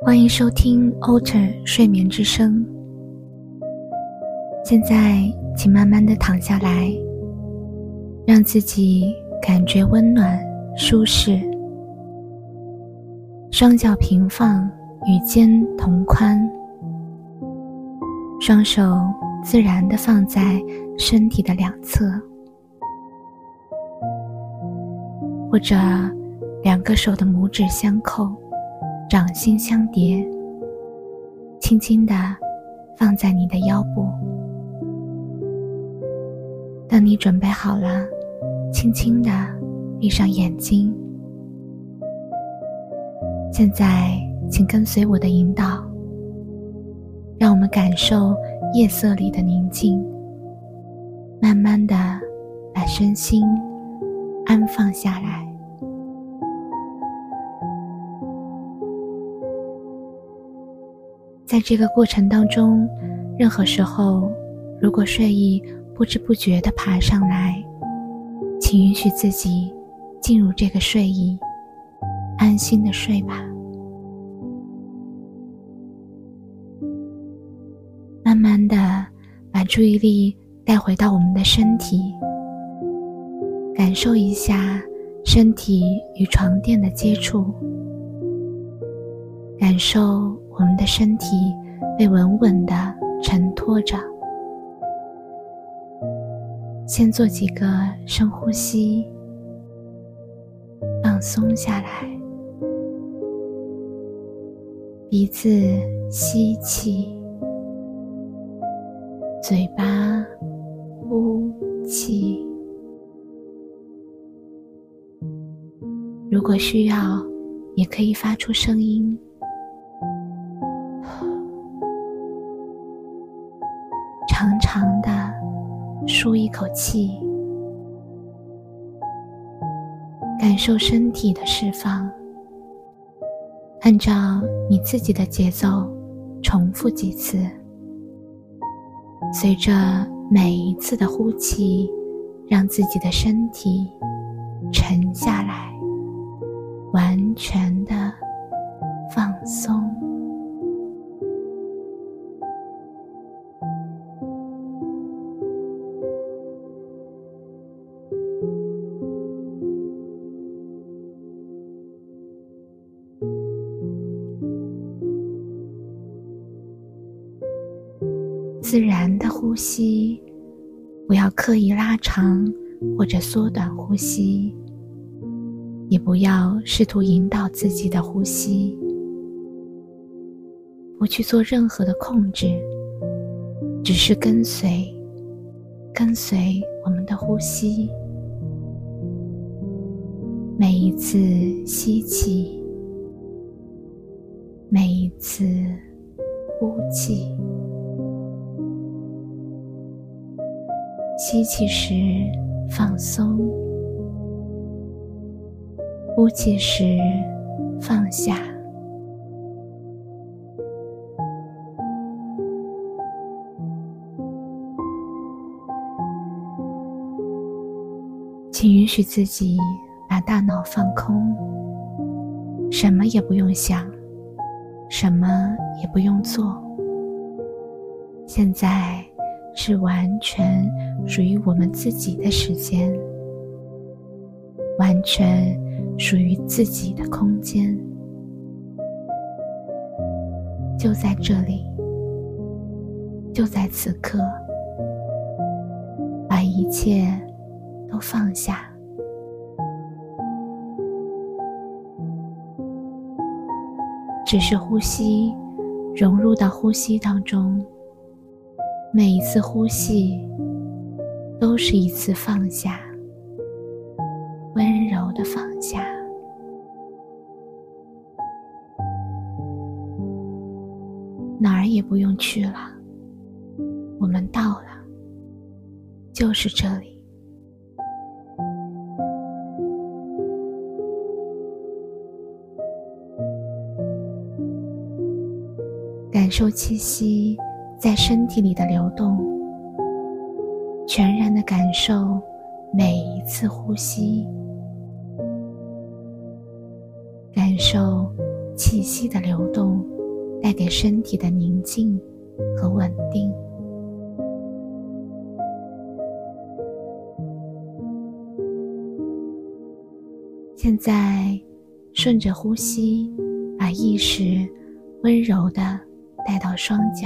欢迎收听 Alter 睡眠之声。现在请慢慢地躺下来，让自己感觉温暖舒适，双脚平放与肩同宽，双手自然地放在身体的两侧，或者两个手的拇指相扣，掌心相叠，轻轻地放在你的腰部。当你准备好了，轻轻地闭上眼睛。现在请跟随我的引导，让我们感受夜色里的宁静，慢慢地把身心安放下来。在这个过程当中，任何时候如果睡意不知不觉地爬上来，请允许自己进入这个睡意，安心地睡吧。慢慢地把注意力带回到我们的身体，感受一下身体与床垫的接触，感受我们的身体被稳稳地承托着。先做几个深呼吸，放松下来。鼻子吸气，嘴巴呼气。如果需要，也可以发出声音。长长的舒一口气，感受身体的释放。按照你自己的节奏重复几次，随着每一次的呼气，让自己的身体沉下来，完全的放松。自然的呼吸，不要刻意拉长或者缩短呼吸，也不要试图引导自己的呼吸，不去做任何的控制，只是跟随我们的呼吸。每一次吸气，每一次呼气。吸气时放松，呼气时放下。请允许自己把大脑放空，什么也不用想，什么也不用做。现在是完全属于我们自己的时间，完全属于自己的空间。就在这里，就在此刻，把一切都放下。只是呼吸，融入到呼吸当中，每一次呼吸都是一次放下，温柔的放下。哪儿也不用去了，我们到了，就是这里。感受气息在身体里的流动，全然的感受每一次呼吸，感受气息的流动带给身体的宁静和稳定。现在顺着呼吸，把意识温柔地带到双脚。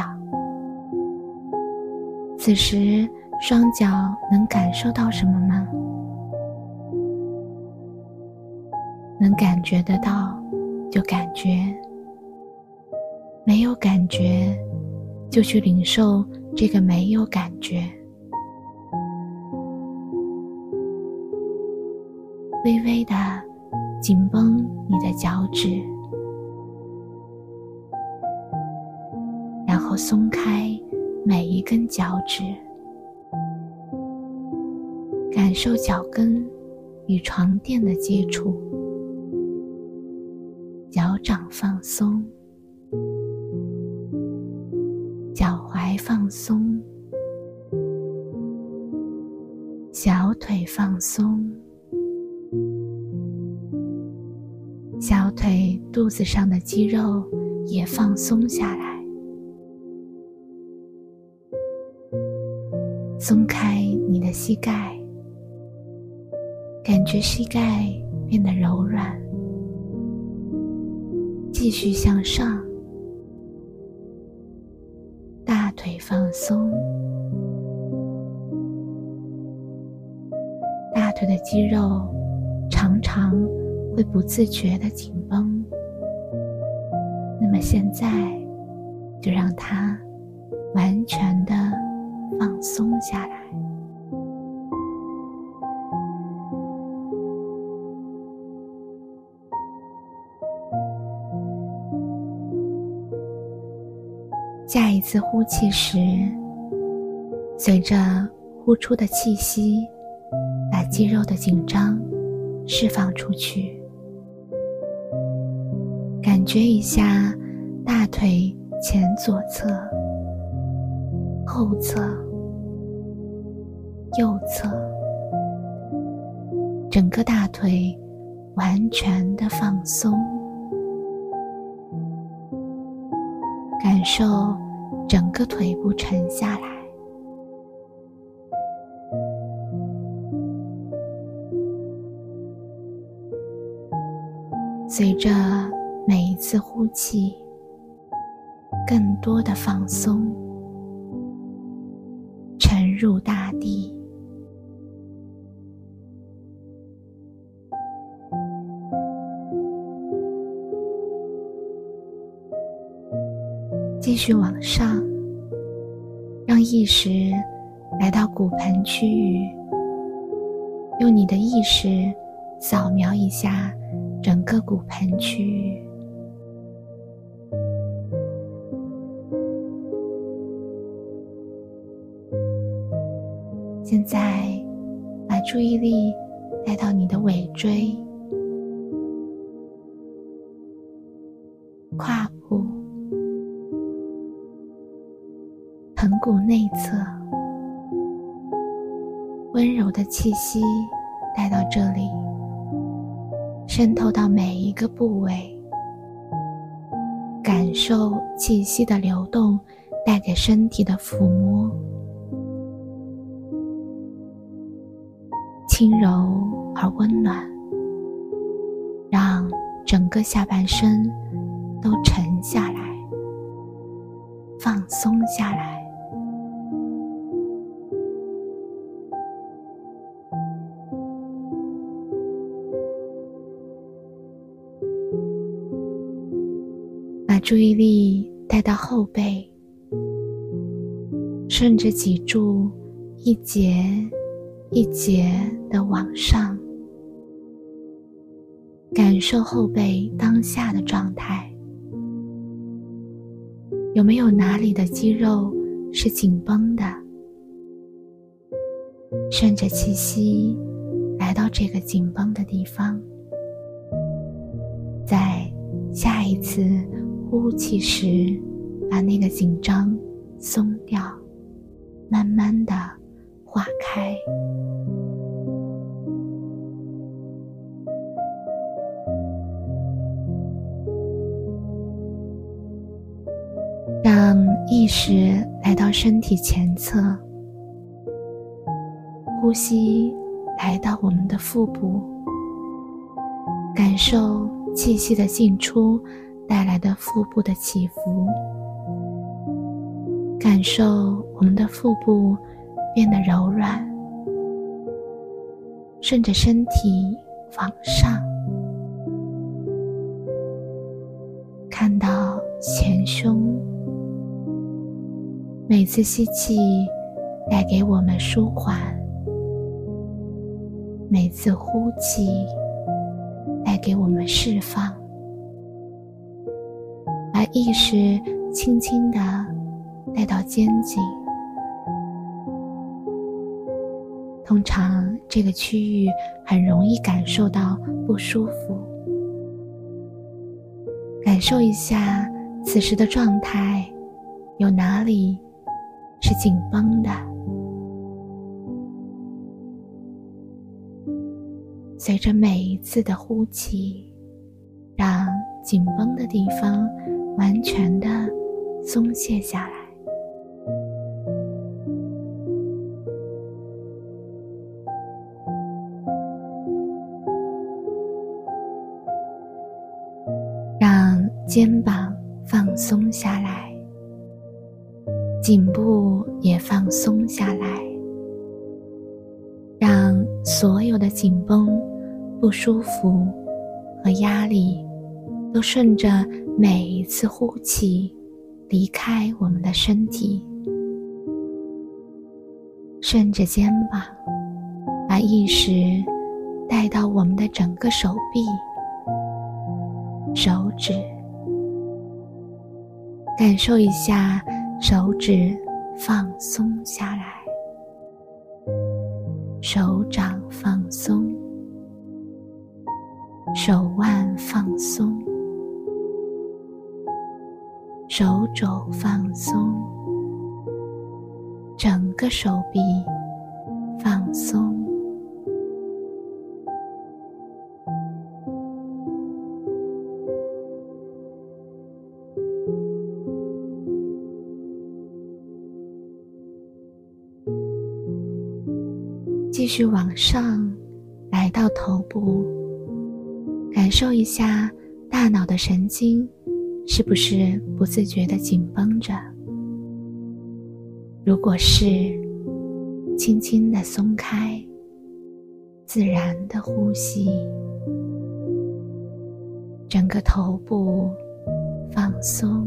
此时双脚能感受到什么吗？能感觉得到就感觉，没有感觉就去领受这个没有感觉。微微地紧绷你的脚趾，然后松开每一根脚趾，感受脚跟与床垫的接触，脚掌放松，脚踝放松，小腿放松，小腿肚子上的肌肉也放松下来。松开你的膝盖，感觉膝盖变得柔软，继续向上，大腿放松，大腿的肌肉常常会不自觉地紧绷，那么现在就让它完全地放松下来。下一次呼气时，随着呼出的气息，把肌肉的紧张释放出去。感觉一下大腿前左侧、后侧、右侧，整个大腿完全的放松，感受整个腿部沉下来。随着每一次呼气，更多的放松，沉入大地。继续往上，让意识来到骨盆区域，用你的意识扫描一下整个骨盆区域。现在把注意力带到你的尾椎、胯部、盆骨内侧，温柔的气息带到这里，渗透到每一个部位，感受气息的流动带给身体的抚摸，轻柔而温暖，让整个下半身都沉下来，放松下来。把注意力带到后背，顺着脊柱一节一节地往上，感受后背当下的状态。有没有哪里的肌肉是紧绷的？顺着气息来到这个紧绷的地方，在下一次呼气时，把那个紧张松掉，慢慢地化开。 让意识来到身体前侧，呼吸来到我们的腹部，感受气息的进出带来的腹部的起伏，感受我们的腹部变得柔软，顺着身体往上，看到前胸，每次吸气带给我们舒缓，每次呼气带给我们释放，把意识轻轻地带到肩颈。通常这个区域很容易感受到不舒服，感受一下此时的状态，有哪里是紧绷的。随着每一次的呼气，让紧绷的地方完全的松懈下来。让肩膀放松下来，颈部也放松下来，让所有的紧绷、不舒服和压力都顺着每一次呼气离开我们的身体。顺着肩膀，把意识带到我们的整个手臂、手指，感受一下手指放松下来，手掌放松，手腕放松，手肘放松，整个手臂放松。继续往上，来到头部，感受一下大脑的神经是不是不自觉地紧绷着。如果是，轻轻地松开，自然地呼吸，整个头部放松，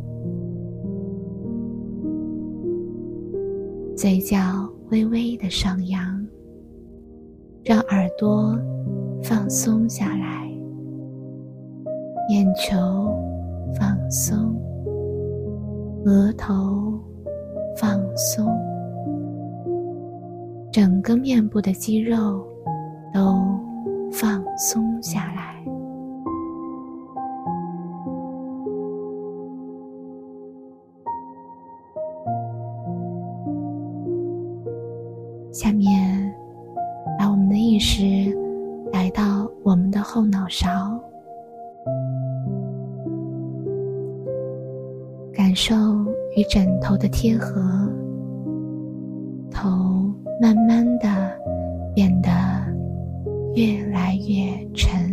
嘴角微微地上扬，让耳朵放松下来，眼球放松，额头放松，整个面部的肌肉都放松下来。下面把我们的意识来到我们的后脑勺，感受与枕头的贴合，头慢慢地变得越来越沉，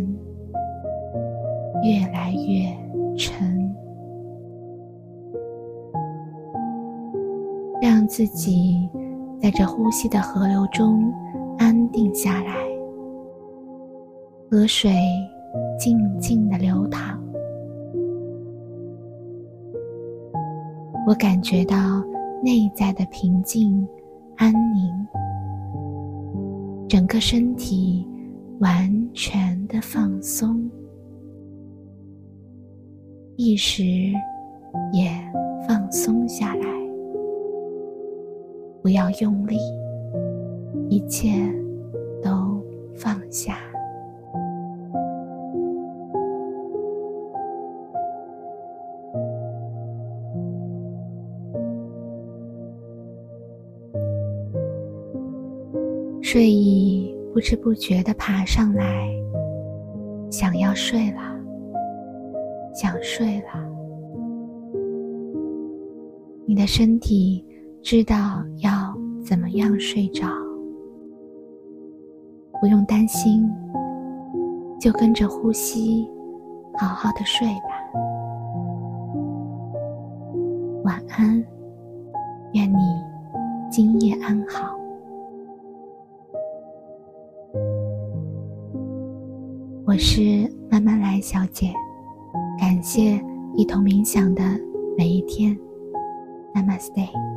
越来越沉，让自己在这呼吸的河流中安定下来，河水静静地流淌。我感觉到内在的平静、安宁，整个身体完全的放松，意识也放松下来。不要用力，一切都放下。睡意不知不觉地爬上来，想要睡了，想睡了。 你的身体知道要怎么样睡着，不用担心，就跟着呼吸，好好的睡吧。晚安，愿你今夜安好。我是慢慢来小姐，感谢一同冥想的每一天。Namaste。